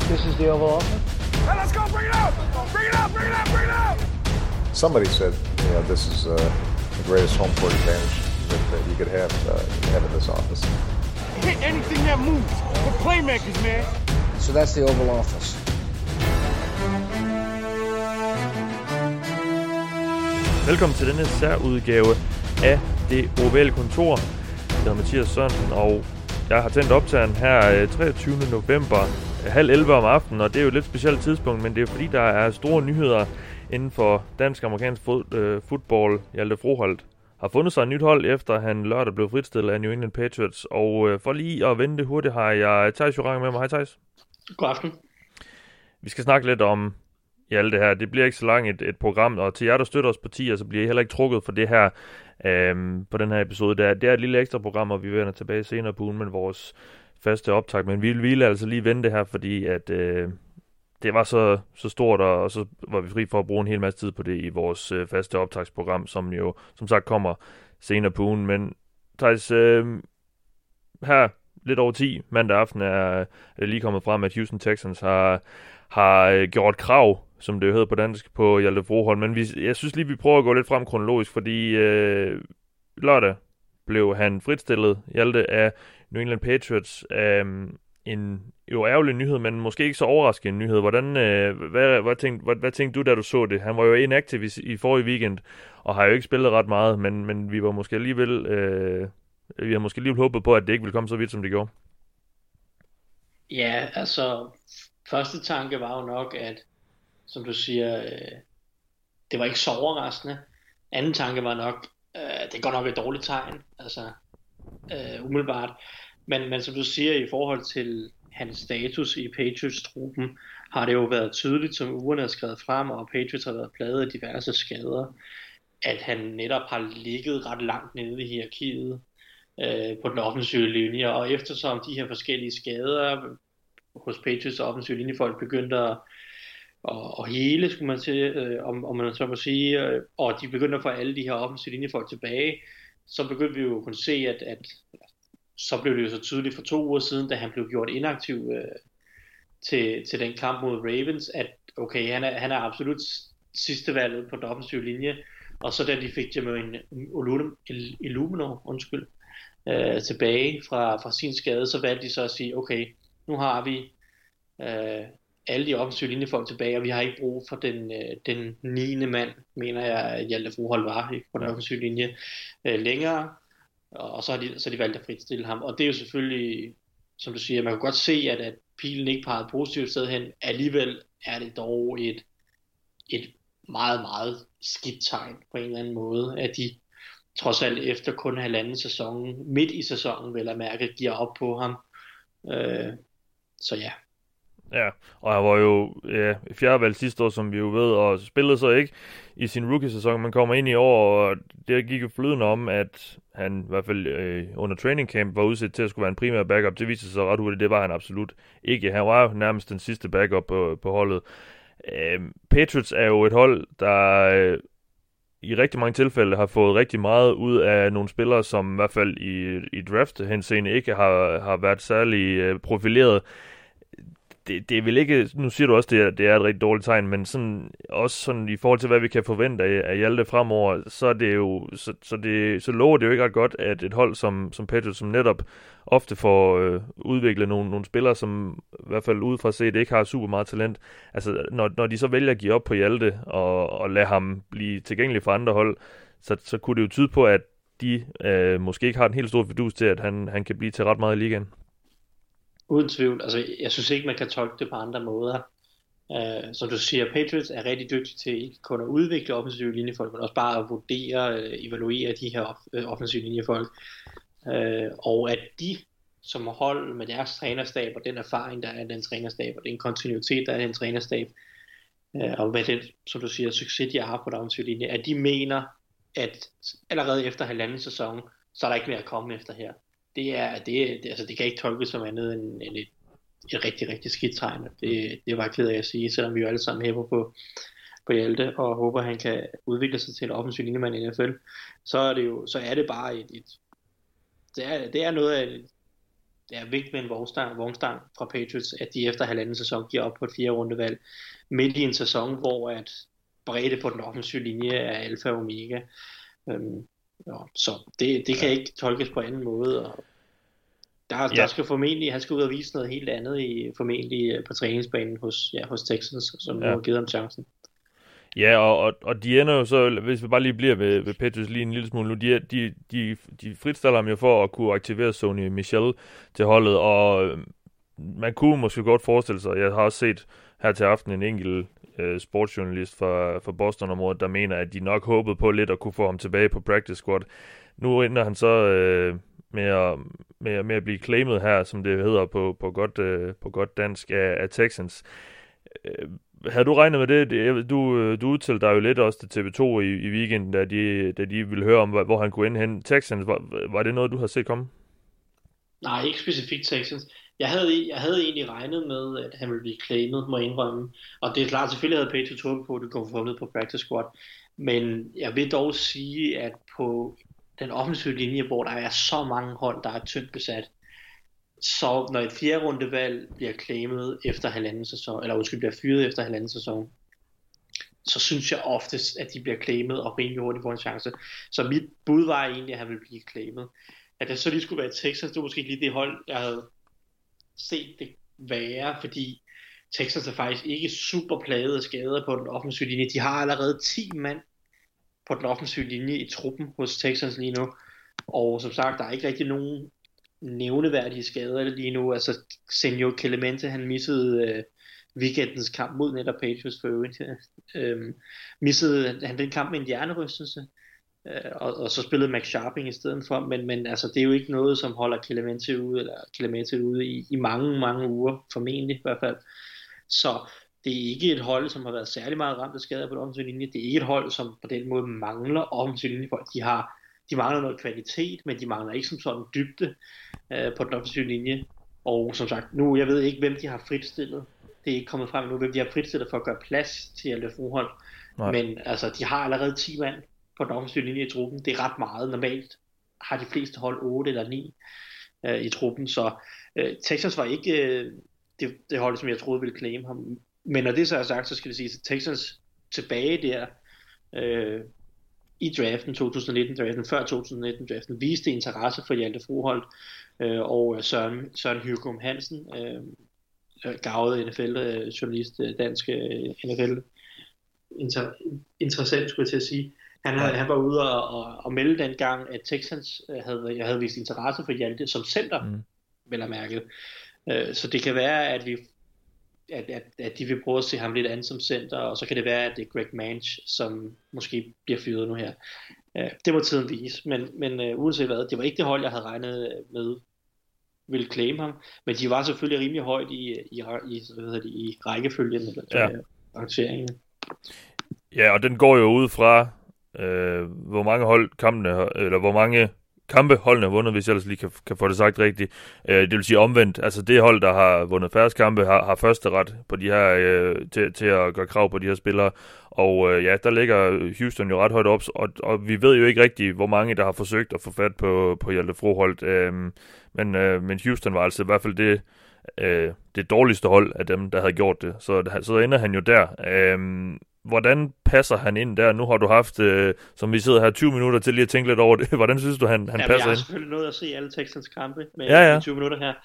This is the Oval Office. Hey, let's go! Bring it out! Bring it out! Bring it out! Bring it out! Somebody said, this is the greatest home court advantage that you could have in this office. Hit anything that moves. We're playmakers, man. So that's the Oval Office. Velkommen til denne særudgave af Det Ovale Kontor. Jeg hedder Mathias Sørensen, og jeg har tændt optageren her 23. november 10:30 om aftenen, og det er jo et lidt specielt tidspunkt, men det er fordi, der er store nyheder inden for dansk-amerikansk fodbold. Hjalte Froholt har fundet sig et nyt hold, efter han lørdag blev fritstillet af New England Patriots, og for lige at vende det hurtigt, har jeg Theis Joranger med mig. Hej Theis. God aften. Vi skal snakke lidt om alt det her. Det bliver ikke så langt et program, og til jer, der støtter os på tier, så bliver I heller ikke trukket for det her på den her episode. Det er et lille ekstra program, og vi vender tilbage senere på ugen med vores faste optag, men vi vil altså lige vende det her, fordi at det var så stort, og så var vi fri for at bruge en hel masse tid på det i vores faste optagsprogram, som jo som sagt kommer senere på ugen. Men Theis, her lidt over 10 mandag aften er det lige kommet frem, at Houston Texans har gjort krav, som det jo hedder på dansk, på Hjalte Froholt. Men jeg synes lige, vi prøver at gå lidt frem kronologisk, fordi lørdag blev han fritstillet, Hjalte, af New England Patriots. En jo ærgerlig nyhed, men måske ikke så overraskende nyhed. Hvad tænkte du, da du så det? Han var jo inactive i forrige weekend, og har jo ikke spillet ret meget, men vi var måske alligevel vi har måske alligevel håbet på, at det ikke ville komme så vidt, som det gjorde. Ja, altså første tanke var jo nok, at som du siger, det var ikke så overraskende. Anden tanke var nok, det går nok et dårligt tegn, altså umiddelbart. Men som du siger, i forhold til hans status i Patriots-truppen, har det jo været tydeligt, som ugerne er skrevet frem, og Patriots har været plaget af diverse skader, at han netop har ligget ret langt nede i hierarkiet på den offensive linje. Og eftersom de her forskellige skader hos Patriots offensive linjefolk begyndte at hele, skulle man sige, om man så må sige, og de begyndte at få alle de her offensive linjefolk tilbage, så begyndte vi jo at kunne se, at så blev det jo så tydeligt for 2 uger siden, da han blev gjort inaktiv til den kamp mod Ravens, at okay, han er absolut sidste valget på den offensive linje, og så da de fik Jermaine Eluemunor, tilbage fra sin skade, så valgte de så at sige, okay, nu har vi alle de offensive linjefolk tilbage, og vi har ikke brug for den 9. mand, mener jeg, at Hjalte Froholt var på den offensive linje længere, og så har de valgt at fritstille ham, og det er jo selvfølgelig, som du siger, man kan godt se, at pilen ikke pegede positivt sted hen, alligevel er det dog et meget, meget skidt tegn på en eller anden måde, at de trods alt efter kun 1,5 sæson, midt i sæsonen vel at mærke, giver op på ham. Så ja. Ja, og han var jo fjerdevalg sidste år, som vi jo ved, og spillede så ikke i sin rookie-sæson. Man kommer ind i år, og det gik jo flydende om, at han i hvert fald under training camp var udsat til at skulle være en primær backup. Det viste sig så ret hurtigt, det var han absolut ikke. Han var jo nærmest den sidste backup på holdet. Patriots er jo et hold, der i rigtig mange tilfælde har fået rigtig meget ud af nogle spillere, som i hvert fald i draft-henseende ikke har været særlig profileret. Det er vel ikke, nu siger du også, det er et rigtig dårligt tegn, men sådan, også sådan i forhold til, hvad vi kan forvente af Hjalte fremover, så er det jo, så lover det jo ikke ret godt, at et hold som Patriots, som netop ofte får udviklet nogle spillere, som i hvert fald udefra set ikke har super meget talent, altså når de så vælger at give op på Hjalte og lade ham blive tilgængelig for andre hold, så kunne det jo tyde på, at de måske ikke har en helt stor fidus til, at han kan blive til ret meget i ligaen. Uden tvivl. Altså, jeg synes ikke, man kan tolke det på andre måder. Som du siger, Patriots er rigtig dygtige til ikke kun at udvikle offensive linjefolk, men også bare at vurdere, evaluere de her offensive linjefolk. Og at de som hold med deres trænerstab og den erfaring, der er den trænerstab, og den kontinuitet, der er den trænerstab, og med den, som du siger, succes, de har på den offensive linje, at de mener, at allerede efter 1,5 sæson, så er der ikke mere at komme efter her. Det kan ikke tolkes som andet end et rigtig, rigtig skidt tegn. Det er bare ked af at sige, selvom vi jo alle sammen hæpper på Hjalte og håber, at han kan udvikle sig til en offensiv linjemand i NFL. Så er det bare det er noget af er vigtigt med en vognstang fra Patriots, at de efter halvanden sæson giver op på et 4. rundevalg, midt i en sæson, hvor at bredde på den offensive linje er alfa og omega. Så det kan ikke tolkes på anden måde, og der skal formentlig, han skal ud og vise noget helt andet formentlig på træningsbanen hos Texans, som nu har givet ham chancen. Ja, og de ender jo så, hvis vi bare lige bliver ved Patriots lige en lille smule nu, de fritstiller ham jo for at kunne aktivere Sony Michel til holdet, og man kunne måske godt forestille sig, jeg har også set her til aften en enkelt sportsjournalist fra Boston-området, der mener, at de nok håbede på lidt at kunne få ham tilbage på practice squad. Nu ender han så med at blive claimet her, som det hedder på godt dansk, af Texans. Havde du regnet med det? Du udtalte dig jo lidt også til TV2 i weekenden, da de ville høre om, hvor han kunne ende hen. Texans, var det noget, du havde set komme? Nej, ikke specifikt Texans. Jeg havde egentlig regnet med, at han ville blive claimet, må jeg indrømme. Og det er klart, selvfølgelig havde Patriots håbet på, at det kunne få ned på practice squad. Men jeg vil dog sige, at på den offensive linje, hvor der er så mange hold, der er tyndt besat, så når et 4. rundevalg bliver claimet efter halvanden sæson, bliver fyret efter halvanden sæson, så synes jeg oftest, at de bliver claimet og rimelig hurtigt får en chance. Så mit bud var egentlig, at han ville blive claimet. At det så lige skulle være Texas, det var måske ikke lige det hold, jeg havde set det være, fordi Texas er faktisk ikke super plaget af skader på den offensive linje. De har allerede 10 mand på den offensive linje i truppen hos Texans lige nu, og som sagt, der er ikke rigtig nogen nævneværdige skader lige nu. Altså Senor Clemente, han missede weekendens kamp mod netop Patriots for øvrigt. Missede han den kamp med en hjernerystelse, og så spillede Max Sharping i stedet for, men altså det er jo ikke noget, som holder Clemente ude i mange uger, formentlig i hvert fald. Så det er ikke et hold, som har været særlig meget ramt af skader på den offensive linje. Det er ikke et hold, som på den måde mangler offensive linje. De mangler noget kvalitet, men de mangler ikke som sådan dybde på den offensive linje. Og som sagt, nu jeg ved ikke, hvem de har fritstillet. Det er ikke kommet frem nu, hvem de har fritstillet for at gøre plads til Hjalte Froholt. Men altså, de har allerede 10 mand på den offensive linje i truppen. Det er ret meget. Normalt har de fleste hold 8 eller 9 i truppen. Så Texans var ikke det hold, som jeg troede ville claim ham. Men når det så er sagt, så skal det sige, at Texans tilbage der i draften, 2019-draften, før 2019-draften, viste interesse for Hjalte Froholt og Søren Hygum Hansen, garvet NFL-journalist, dansk NFL, interessant skulle jeg til at sige. Han var ude og melde dengang, at Texans havde vist interesse for Hjalte som center, vel at mærke. Så det kan være, at de vil prøve at se ham lidt andet som center, og så kan det være, at det er Greg Manch, som måske bliver fyret nu her. Det må tiden vise, men uanset hvad, det var ikke det hold, jeg havde regnet med ville claim ham, men de var selvfølgelig rimelig højt i rækkefølgen eller rangeringen. Ja, og den går jo ud fra hvor mange hold kampene, eller hvor mange kampe holdene har vundet, hvis jeg ellers lige kan få det sagt rigtigt. Det vil sige omvendt. Altså det hold, der har vundet færrest kampe, har første ret på de her, til at gøre krav på de her spillere. Og der ligger Houston jo ret højt op, og vi ved jo ikke rigtigt, hvor mange der har forsøgt at få fat på Hjalte Froholt. Men Houston var altså i hvert fald det dårligste hold af dem, der havde gjort det. Så ender han jo der. Hvordan passer han ind der? Nu har du haft, som vi sidder her, 20 minutter til lige at tænke lidt over det. Hvordan synes du, han passer ind? Jeg har selvfølgelig nået at se alle Texans kampe med 20 minutter her.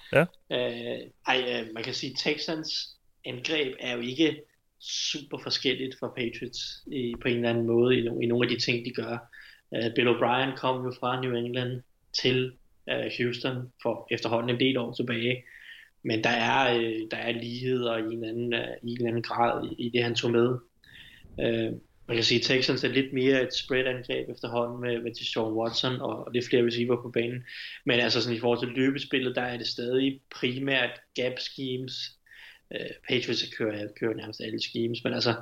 Ja. Man kan sige, at Texans angreb er jo ikke super forskelligt fra Patriots på en eller anden måde i nogle af de ting, de gør. Bill O'Brien kom jo fra New England til Houston for efterhånden en del år tilbage. Men der er ligheder i en eller anden grad i det, han tog med. Man kan sige, at Texans er lidt mere et spread-angreb efterhånden med Deshaun Watson og lidt flere receiver på banen. Men altså sådan i forhold til løbespillet, der er det stadig primært gap schemes. Patriots kører nærmest alle schemes, men altså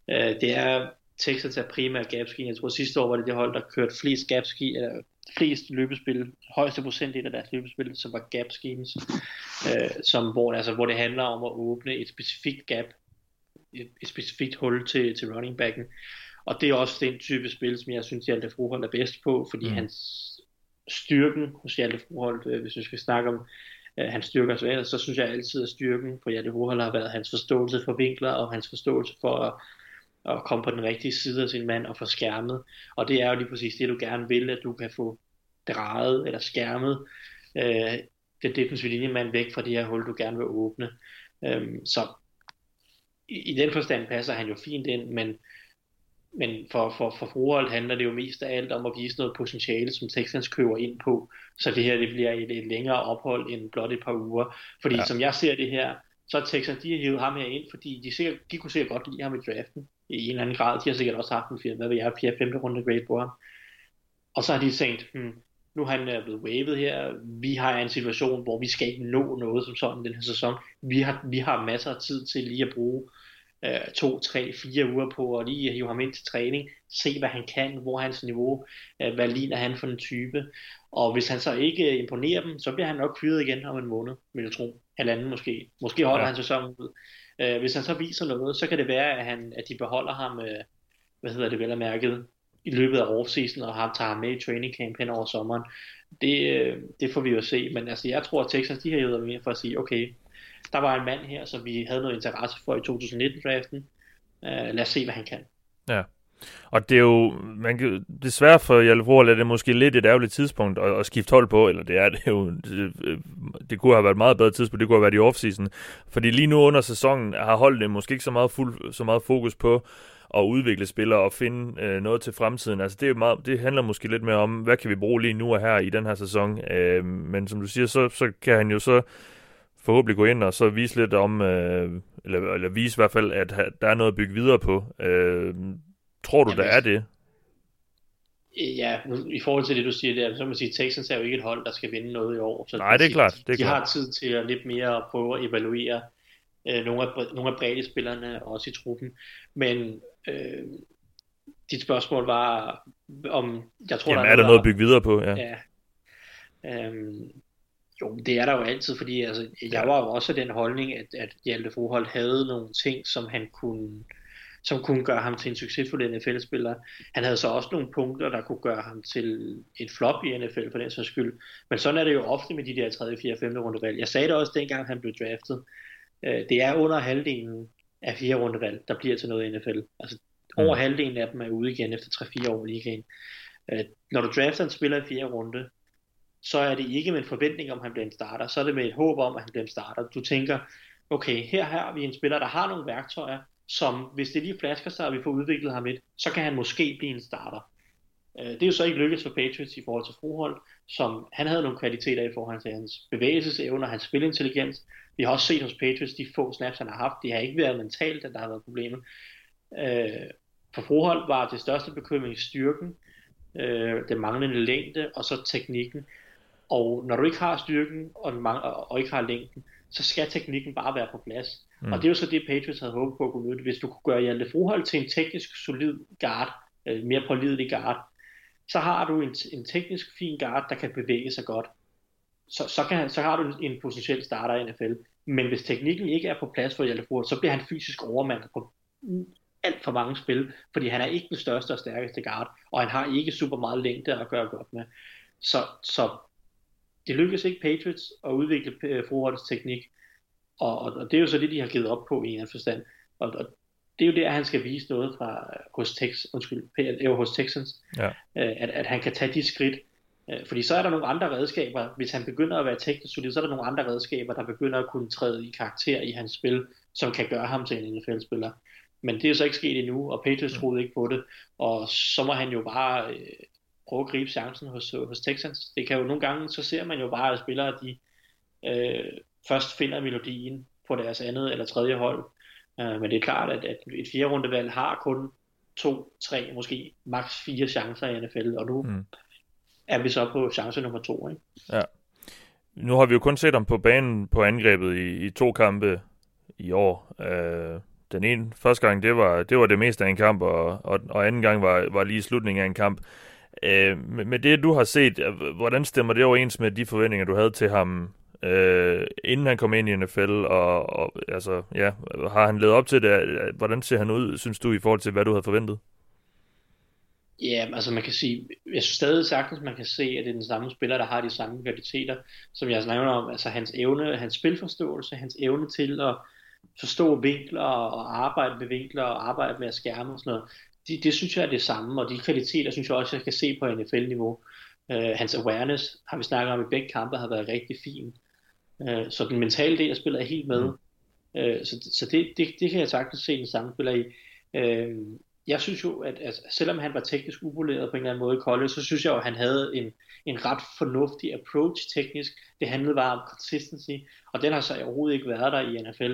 Texans er primært gap schemes. Jeg tror sidste år var det hold, der kørte flest gap schemes, eller flest løbespil, højeste procentdel af deres løbespil, som var gap schemes, hvor det handler om at åbne et specifikt gap, et specifikt hul til running backen. Og det er også den type spil, som jeg synes, Hjalte Froholt er bedst på, fordi hans styrken hos Hjalte Froholt, hvis vi skal snakke om hans styrker og svagheder, så synes jeg altid, at styrken for Hjalte Froholt har været hans forståelse for vinkler, og hans forståelse for at komme på den rigtige side af sin mand og få skærmet. Og det er jo lige præcis det, du gerne vil, at du kan få drejet eller skærmet den defensive linjemand væk fra det her hul, du gerne vil åbne. Så i den forstand passer han jo fint ind, men for Froholt handler det jo mest af alt om at vise noget potentiale, som Texans køber ind på, så det her det bliver et længere ophold end blot et par uger. Fordi som jeg ser det her, så er Texans, de har hivet ham her ind, fordi de kunne sikkert godt lide ham i draften i en eller anden grad. De har sikkert også haft en 4. runde grade på ham. Og så har de tænkt, nu har han blevet wavet her, vi har en situation, hvor vi skal ikke nå noget som sådan den her sæson. Vi har masser af tid til lige at bruge 2, 3, 4 uger på at lige hive ham ind til træning, se hvad han kan, hvor hans niveau, hvad ligner han for en type. Og hvis han så ikke imponerer dem, så bliver han nok fyret igen om en måned, vil jeg tro. Halvanden måske. Måske holder han sæsonen ud. Hvis han så viser noget, så kan det være, at de beholder ham, vel at mærket, i løbet af offseason, og tager ham med i training camp hen over sommeren. Det får vi jo se, men altså, jeg tror, at Texans, de har jo mere for at sige, okay, der var en mand her, som vi havde noget interesse for i 2019-draften. Lad os se, hvad han kan. Ja. Og det er jo, desværre for Hjalte Froholt er det måske lidt et ærgerligt tidspunkt at skifte hold på, eller det kunne have været et meget bedre tidspunkt, det kunne have været i offseason, fordi lige nu under sæsonen har holdet måske ikke så meget fokus på at udvikle spillere og finde noget til fremtiden. Altså det handler måske lidt mere om, hvad kan vi bruge lige nu og her i den her sæson, men som du siger, så kan han jo så forhåbentlig gå ind og så vise lidt om, eller vise i hvert fald, at der er noget at bygge videre på. Tror du, der er det? Ja, i forhold til det, du siger der, så må man sige, at Texans er jo ikke et hold, der skal vinde noget i år. Så nej, det er klart. De har tid til at lidt mere at prøve at evaluere nogle af bredde-spillerne også i truppen. Men dit spørgsmål var, om jeg tror, er der noget at bygge videre på? Ja. Jo, det er der jo altid, fordi altså, jeg var jo også den holdning, at Hjalte Froholt havde nogle ting, som kunne gøre ham til en succesfuld NFL-spiller. Han havde så også nogle punkter, der kunne gøre ham til en flop i NFL for den sags skyld. Men sådan er det jo ofte med de der 3., 4., 5. rundevalg. Jeg sagde det også dengang, han blev draftet. Det er under halvdelen af 4. rundevalg, der bliver til noget i NFL. Altså over halvdelen af dem er ude igen efter 3-4 år i ligaen. Når du drafter en spiller i 4. runde, så er det ikke med en forventning om, at han bliver en starter. Så er det med et håb om, at han bliver en starter. Du tænker, okay, her har vi en spiller, der har nogle værktøjer, som hvis det lige flasker sig, og vi får udviklet ham lidt, så kan han måske blive en starter. Det er jo så ikke lykkedes for Patriots i forhold til Froholt, som han havde nogle kvaliteter i forhold til hans bevægelsesevne og hans spilintelligens. Vi har også set hos Patriots, de få snaps, han har haft, det har ikke været mentalt, at der har været problemer. For Froholt var det største bekymring styrken, den manglende længde, og så teknikken. Og når du ikke har styrken, og ikke har længden, så skal teknikken bare være på plads. Og det er jo så det, Patriots havde håbet på at kunne møde. Hvis du kunne gøre Hjalte Froholt til en teknisk solid guard, mere pålidelig guard, så har du en teknisk fin guard, der kan bevæge sig godt. Så har du en potentiel starter i NFL. Men hvis teknikken ikke er på plads for Hjalte Froholt, så bliver han fysisk overmandet på alt for mange spil, fordi han er ikke den største og stærkeste guard, og han har ikke super meget længde at gøre godt med. Så det lykkedes ikke Patriots at udvikle Froholts teknik, og det er jo så det, de har givet op på i en forstand. Og det er jo der, han skal vise noget fra hos Texans, at han kan tage de skridt. Fordi så er der nogle andre redskaber, hvis han begynder at være teknisk solid, så er der nogle andre redskaber, der begynder at kunne træde i karakter i hans spil, som kan gøre ham til en NFL-spiller. Men det er så ikke sket endnu, og Patriots troede ikke på det, og så må han jo bare prøve at gribe chancen hos Texans. Det kan jo nogle gange, så ser man jo bare, at spillere, de først finder melodien på deres andet eller tredje hold. Men det er klart, at et 4. rundevalg har kun 2, 3, måske maks 4 chancer i NFL, og nu er vi så på chance nummer 2. Ikke? Ja. Nu har vi jo kun set ham på banen på angrebet i 2 kampe i år. Den ene første gang, det var det meste af en kamp, og anden gang var lige slutningen af en kamp. Med det, du har set, hvordan stemmer det overens med de forventninger, du havde til ham, inden han kom ind i NFL, og altså, ja, har han levet op til det? Hvordan ser han ud, synes du, i forhold til, hvad du havde forventet? Ja, altså man kan sige, jeg synes stadig sagtens, man kan se, at det er den samme spiller, der har de samme kvaliteter, som jeg nævner om, altså hans evne, hans spilforståelse, hans evne til at forstå vinkler og arbejde med vinkler og arbejde med at skærme og sådan noget. Det synes jeg er det samme, og de kvaliteter synes jeg også, jeg kan se på NFL-niveau. Hans awareness, har vi snakket om i begge kampe, har været rigtig fin. Så den mentale del af spillet er helt med. Så det kan jeg sagtens se den samme spiller i. Jeg synes jo, at selvom han var teknisk upoleret på en eller anden måde i college, så synes jeg jo, at han havde en ret fornuftig approach teknisk. Det handlede bare om consistency, og den har så overhovedet ikke været der i NFL.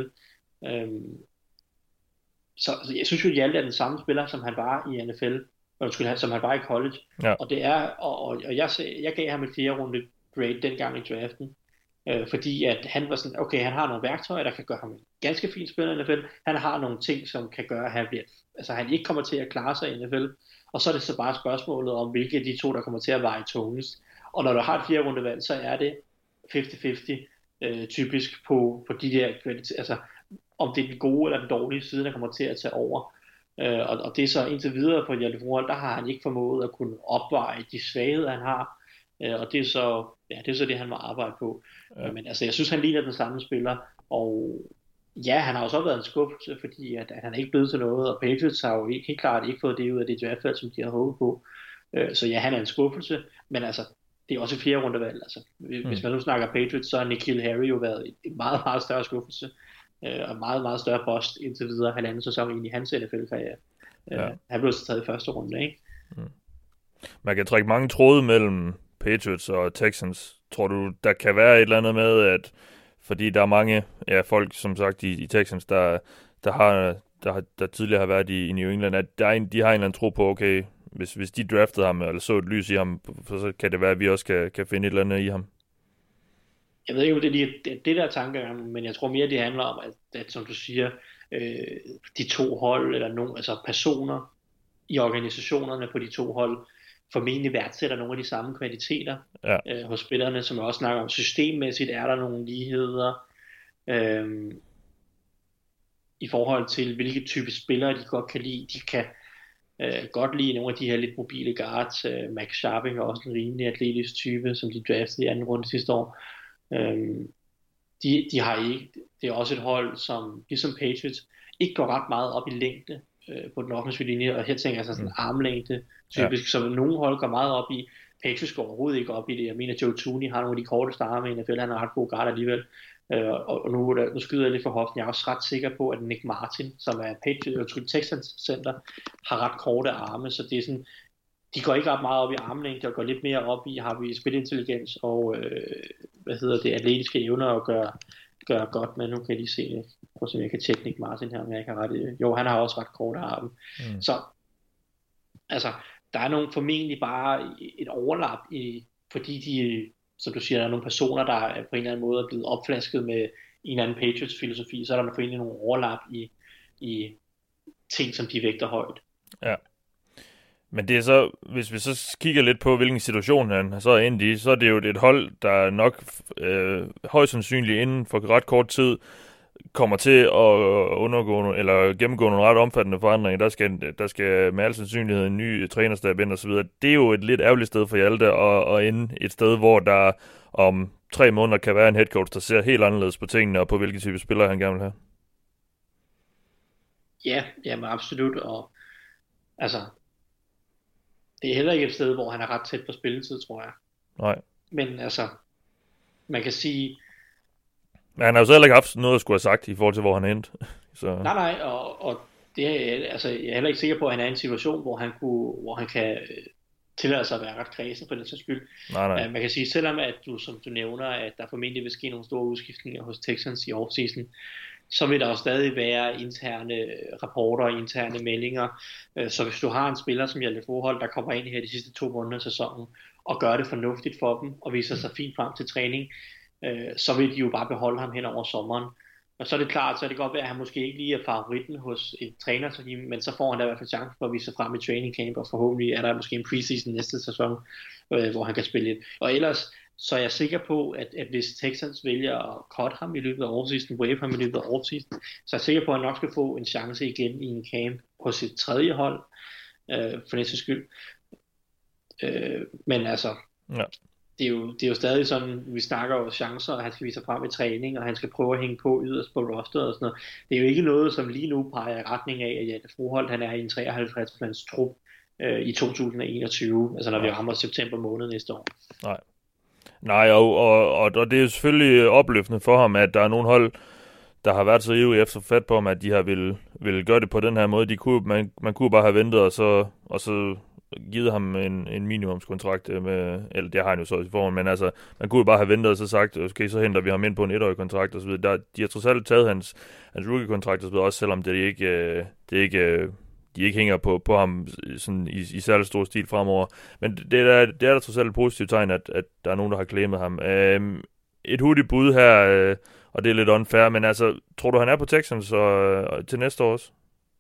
Så jeg synes jo, at Hjalte er den samme spiller, som han var i NFL, som han var i college. Ja. Og det er, og jeg gav ham et 4. runde grade dengang i draften. Fordi at han var sådan, okay, han har nogle værktøjer, der kan gøre ham en ganske fin spiller i NFL. Han har nogle ting, som kan gøre, at han ikke kommer til at klare sig i NFL. Og så er det så bare spørgsmålet om, hvilke af de to, der kommer til at veje tungest. Og når du har et 4. rundevalg, så er det 50-50 typisk på de der kvaliteter. Altså, om det er den gode eller den dårlige side, der kommer til at tage over. Og det er så indtil videre på Hjalte Froholt, der har han ikke formået at kunne opveje de svagheder, han har. Og det er så det, han må arbejde på. Ja. Men altså, jeg synes, han ligner den samme spiller, og ja, han har også været en skuffelse, fordi at han er ikke blevet til noget, og Patriots har jo helt klart ikke fået det ud af det draftvalg, som de har håbet på. Så ja, han er en skuffelse, men altså, det er også et 4. rundevalg. Altså, hvis man nu snakker Patriots, så har N'Keal Harry jo været en meget, meget større skuffelse, og meget, meget større post indtil videre 1,5 sæson ind i hans NFL-karriere. Ja. Han blev så taget i 1. runde, ikke? Man kan trække mange tråde mellem Patriots og Texans. Tror du, der kan være et eller andet med, at fordi der er mange folk, som sagt, i Texans, der tidligere har været i New England, at de har en eller anden tro på, okay, hvis de draftede ham, eller så et lys i ham, så kan det være, at vi også kan finde et eller andet i ham. Jeg ved ikke, om det er det der tankegang, men jeg tror mere, det handler om, at som du siger, de to hold, eller altså personer i organisationerne på de to hold, formentlig værdsætter nogle af de samme kvaliteter hos spillerne, som jeg også snakker om. Systemmæssigt er der nogle ligheder i forhold til, hvilke type spillere de godt kan lide. De kan godt lide nogle af de her lidt mobile guards. Max Sharping er også en rimelig atletisk type, som de draftede i 2. runde sidste år. De har ikke, det er også et hold, som ligesom Patriots, ikke går ret meget op i længde på den offensive linje, og her tænker jeg sådan en armlængde typisk, som nogle hold går meget op i. Patriots går overhovedet ikke op i det. Jeg mener, Joe Thuney har nogle af de korteste arme i NFL, han har ret god guard alligevel. Og nu skyder jeg lidt for hoften. Jeg er også ret sikker på, at Nick Martin, som er Texans center, har ret korte arme, så det er sådan, de går ikke ret meget op i armlængde, og går lidt mere op i, har vi spilintelligens og atletiske evner at gøre godt, men nu kan de se det. Prøv at se, om jeg kan tjekke Nick Martin her, om jeg ikke har ret i det. Jo, han har også ret korte arme. Så, altså, der er formentlig bare et overlap fordi de, som du siger, der er nogle personer, der på en eller anden måde er blevet opflasket med en eller anden Patriots-filosofi, så er der formentlig nogle overlap i ting, som de vægter højt. Ja. Men det er så, hvis vi så kigger lidt på, hvilken situation han så er endt i, så er det jo et hold, der nok højst sandsynligt inden for ret kort tid kommer til at gennemgå nogle ret omfattende forandringer. Der skal med al sandsynlighed en ny trænerstab ind og så videre. Det er jo et lidt ærgerligt sted for Hjalte at ende et sted, hvor der om 3 måneder kan være en headcoach, der ser helt anderledes på tingene og på hvilke type spillere han gerne vil have. Ja, jamen absolut. Og altså, det er heller ikke et sted, hvor han er ret tæt på spilletid, tror jeg. Nej. Men altså, man kan sige... Men han har jo så heller ikke haft noget at skulle have sagt i forhold til, hvor han endte. Så... Nej, og det er, altså, jeg er heller ikke sikker på, at han er i en situation, hvor han kan tillade sig at være ret kredsen for den sags skyld. Nej. Man kan sige, selvom at som du nævner, at der formentlig vil ske nogle store udskiftninger hos Texans i offseason, så vil der jo stadig være interne rapporter og interne meldinger. Så hvis du har en spiller som Hjalte Froholt, der kommer ind her de sidste 2 måneder af sæsonen, og gør det fornuftigt for dem, og viser sig fint frem til træning, så vil de jo bare beholde ham hen over sommeren. Og så er det klart, så er det godt være, at han måske ikke lige er favoritten hos et trænerteam, men så får han da i hvert fald chance for at vise sig frem i training camp, og forhåbentlig er der måske en preseason næste sæson, hvor han kan spille lidt. Og ellers, så er jeg sikker på, at hvis Texans vælger at cut ham i løbet af offseason, waive ham i løbet af offseason, så er jeg sikker på, at han nok skal få en chance igen i en camp på sit 3. hold, for næste skyld. Men altså, ja. det er jo stadig sådan, vi snakker jo chancer, og han skal vise sig frem i træning, og han skal prøve at hænge på yderst på rosteret og sådan noget. Det er jo ikke noget, som lige nu peger i retning af, at Janne Froholt, han er i en 53-mands trup i 2021, altså når vi rammer september måned næste år. Nej, og det er jo selvfølgelig opløftende for ham, at der er nogle hold, der har været så ivrige efter fat på ham, at de har vil gøre det på den her måde. Man kunne bare have ventet, og så givet ham en minimumskontrakt med, eller det har han jo så i forhånd, men altså, man kunne bare have ventet og så sagt, okay, så henter vi ham ind på en 1-årig kontrakt og så videre. De har trods alt taget hans rookie-kontrakt og så videre, også selvom de ikke hænger på ham sådan i særlig stor stil fremover. Men det er der trods alt et positivt tegn, at der er nogen, der har claimet ham. Et hurtigt bud her, og det er lidt unfair, men altså, tror du, han er på Texans til næste år også?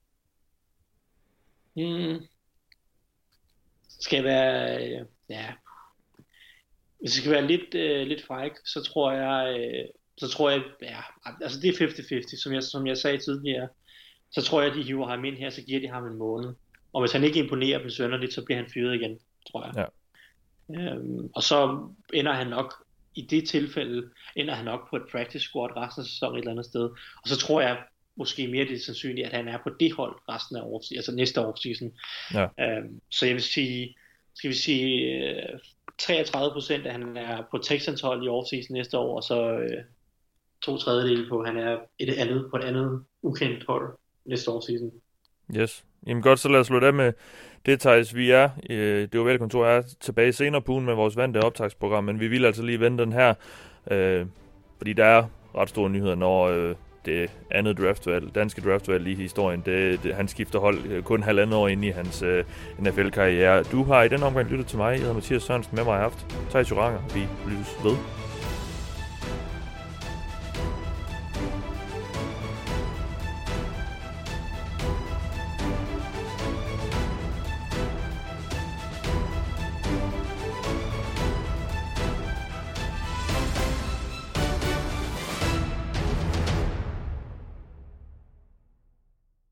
Skal jeg være, hvis det skal være lidt fræk, så tror jeg, ja, altså det er 50-50, som jeg sagde tidligere. Så tror jeg, at de hiver ham ind her, så giver de ham en måned. Og hvis han ikke imponerer dem sønderligt, så bliver han fyret igen, tror jeg. Ja. Og så ender han nok, i det tilfælde, på et practice squad resten af sæsonen et eller andet sted. Og så tror jeg måske mere det er sandsynligt, at han er på det hold resten af året, altså næste årseason. Ja. Så jeg vil sige, skal vi sige 33%, at han er på Texans hold i årseason næste år, og så 2/3 på, at han er på et andet ukendt hold næste årseason. Yes. Jamen godt, så lad os slutte af med det, Thijs. Det var velkontor, er tilbage senere på ugen med vores vante optagsprogram, men vi vil altså lige vende den her, fordi der er ret store nyheder, når det andet draftvalg, danske draftvalg i historien, han skifter hold kun 1,5 år ind i hans NFL-karriere. Du har i den omgang lyttet til mig. Jeg hedder Mathias Sørensen, med mig har haft Thijs Joranger. Vi lyttes ved.